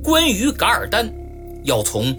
关于噶尔丹，要从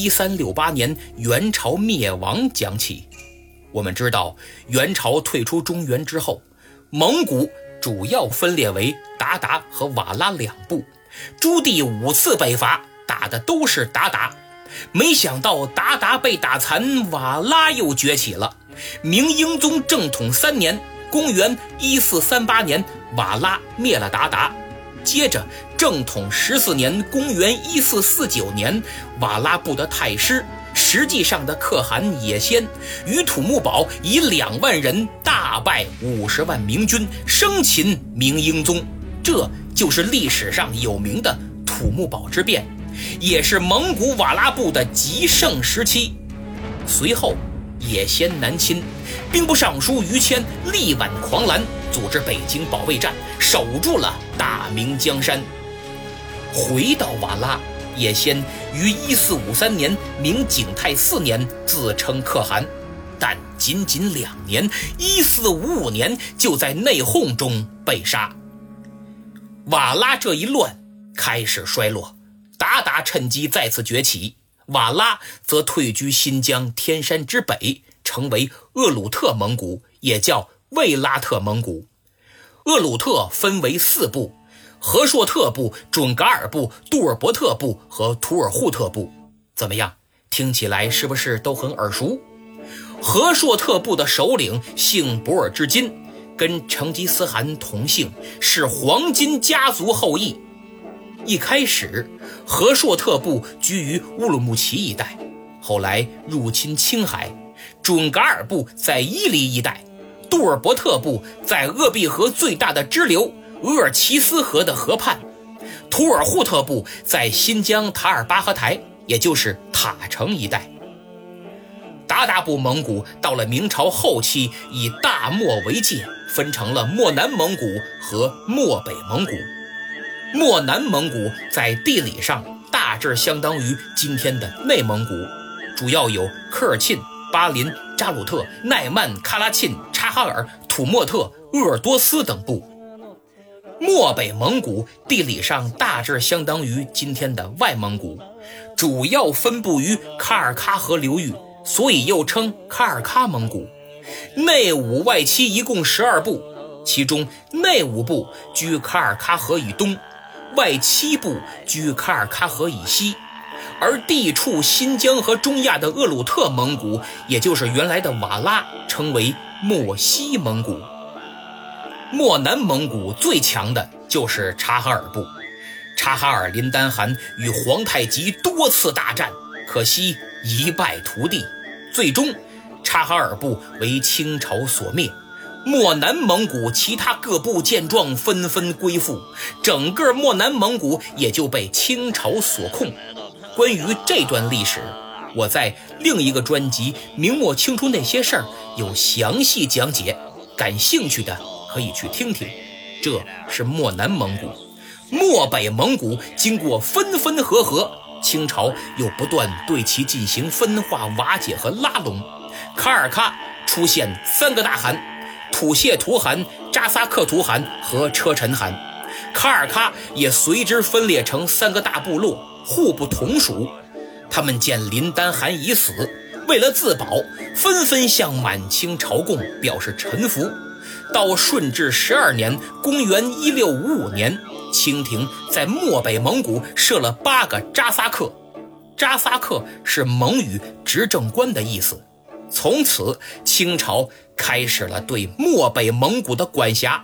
1368年元朝灭亡讲起。我们知道，元朝退出中原之后，蒙古主要分裂为鞑靼和瓦剌两部，朱棣5次北伐，打的都是鞑靼。没想到鞑靼被打残，瓦剌又崛起了。明英宗正统3年，公元1438年，瓦剌灭了鞑靼。接着正统14年，公元1449年，瓦剌部的太师，实际上的可汗也先，与土木堡以2万人大败50万明军，生擒明英宗。这就是历史上有名的土木堡之变，也是蒙古瓦剌部的极盛时期。随后也先南侵，兵部尚书于谦力挽狂澜，组织北京保卫战，守住了大明江山。回到瓦剌，也先于1453年明景泰4年自称可汗，但仅2年，1455年就在内讧中被杀。瓦剌这一乱开始衰落，鞑靼趁机再次崛起，瓦剌则退居新疆天山之北，成为鄂鲁特蒙古，也叫卫拉特蒙古。鄂鲁特分为4部：和硕特部、准噶尔部、杜尔伯特部和图尔扈特部。怎么样，听起来是不是都很耳熟？和硕特部的首领姓博尔之金，跟成吉思汗同姓，是黄金家族后裔。一开始和硕特部居于乌鲁木齐一带，后来入侵青海。准噶尔部在伊犁一带，杜尔伯特部在鄂毕河最大的支流额尔齐斯河的河畔，图尔扈特部在新疆塔尔巴合台，也就是塔城一带。鞑靼部蒙古到了明朝后期，以大漠为界，分成了漠南蒙古和漠北蒙古。漠南蒙古在地理上大致相当于今天的内蒙古，主要有科尔沁、巴林、扎鲁特、奈曼、喀拉沁、察哈尔、土默特、鄂尔多斯等部。漠北蒙古地理上大致相当于今天的外蒙古，主要分布于喀尔喀河流域，所以又称喀尔喀蒙古。内五外七一共12部，其中内五部居喀尔喀河以东，外七部居喀尔喀河以西。而地处新疆和中亚的鄂鲁特蒙古，也就是原来的瓦剌，称为漠西蒙古。漠南蒙古最强的就是察哈尔部，察哈尔林丹汗与皇太极多次大战，可惜一败涂地，最终察哈尔部为清朝所灭。漠南蒙古其他各部见状纷纷归附，整个漠南蒙古也就被清朝所控。关于这段历史，我在另一个专辑《明末清初那些事儿》有详细讲解，感兴趣的可以去听听。这是漠南蒙古。漠北蒙古经过分分合合，清朝又不断对其进行分化、瓦解和拉拢。喀尔喀出现3个大汗：土谢图汗、扎萨克图汗和车臣汗。喀尔喀也随之分裂成3个大部落，互不同属。他们见林丹汗已死，为了自保，纷纷向满清朝贡表示臣服。到顺治12年，公元1655年，清廷在漠北蒙古设了8个扎萨克。扎萨克是蒙语执政官的意思。从此，清朝开始了对漠北蒙古的管辖。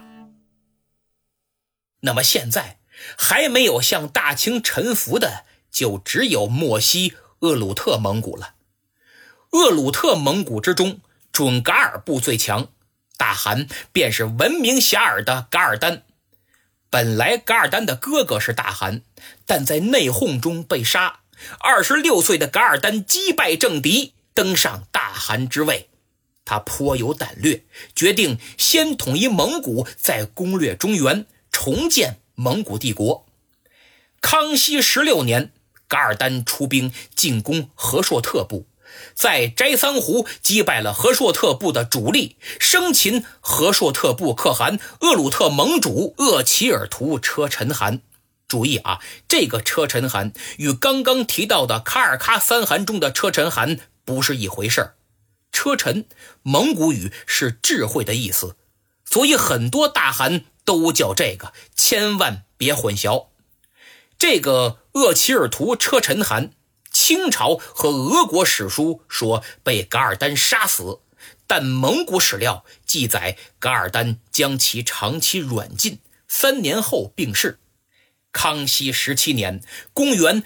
那么现在还没有向大清臣服的，就只有漠西鄂鲁特蒙古了。鄂鲁特蒙古之中，准噶尔部最强，大汗便是闻名遐迩的噶尔丹。本来噶尔丹的哥哥是大汗，但在内讧中被杀。26岁的噶尔丹击败政敌，登上大汗之位。他颇有胆略，决定先统一蒙古，再攻略中原，重建蒙古帝国。康熙16年，噶尔丹出兵进攻和硕特部，在斋桑湖击败了和硕特部的主力，生擒和硕特部可汗鄂鲁特盟主鄂齐尔图车臣汗。 注意啊，这个车臣汗与刚刚提到的卡尔喀三汗中的车臣汗不是一回事儿。车臣蒙古语是智慧的意思，所以很多大汗都叫这个，千万别混淆。这个鄂齐尔图车臣汗，清朝和俄国史书说被噶尔丹杀死，但蒙古史料记载噶尔丹将其长期软禁，3年后病逝。康熙17年，公元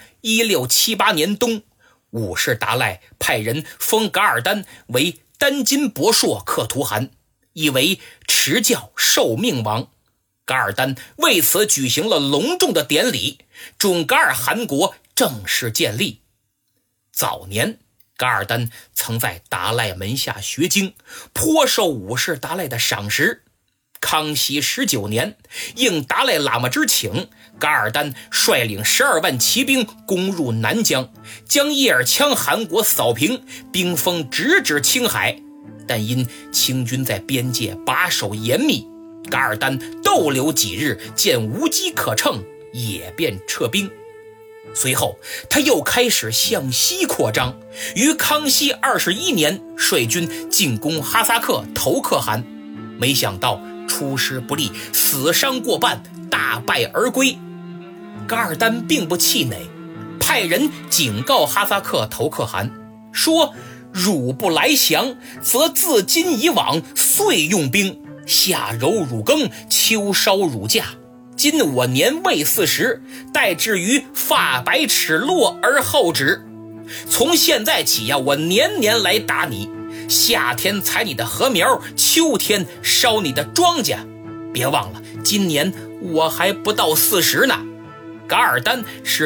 1678年冬，五世达赖派人封噶尔丹为丹津博硕克图汗，意为持教受命王。噶尔丹为此举行了隆重的典礼，准噶尔汗国正式建立。早年噶尔丹曾在达赖门下学经，颇受五世达赖的赏识。康熙19年，应达赖喇嘛之请，噶尔丹率领12万骑兵攻入南疆，将叶尔羌汗国扫平，兵锋直指青海。但因清军在边界把守严密，噶尔丹逗留几日，见无机可乘，也便撤兵。随后他又开始向西扩张，于康熙21年率军进攻哈萨克头克汗，没想到出师不利，死伤过半，大败而归。噶尔丹并不气馁，派人警告哈萨克头克汗说：汝不来降，则自今以往岁用兵，夏揉汝耕，秋烧汝稼。今我年未40，待至于发白齿落而后止。从现在起呀，我年年来打你，夏天采你的禾苗，秋天烧你的庄稼。别忘了，今年我还不到40呢。噶尔丹是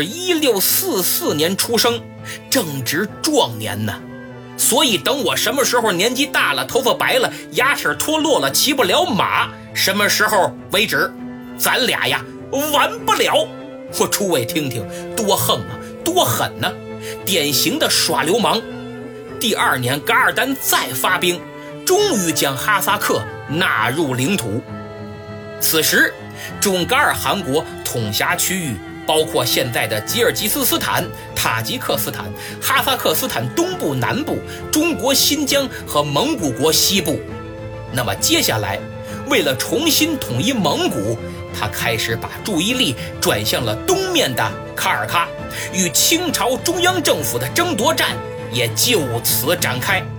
1644年出生，正值壮年呢。所以等我什么时候年纪大了，头发白了，牙齿脱落了，骑不了马，什么时候为止？咱俩呀完不了。我诸位听听，多横啊，多狠呢，典型的耍流氓。第2年，噶尔丹再发兵，终于将哈萨克纳入领土。此时准噶尔汗国统辖区域包括现在的吉尔吉斯斯坦、塔吉克斯坦、哈萨克斯坦东部、南部、中国新疆和蒙古国西部。那么接下来，为了重新统一蒙古，他开始把注意力转向了东面的卡尔喀，与清朝中央政府的争夺战也就此展开。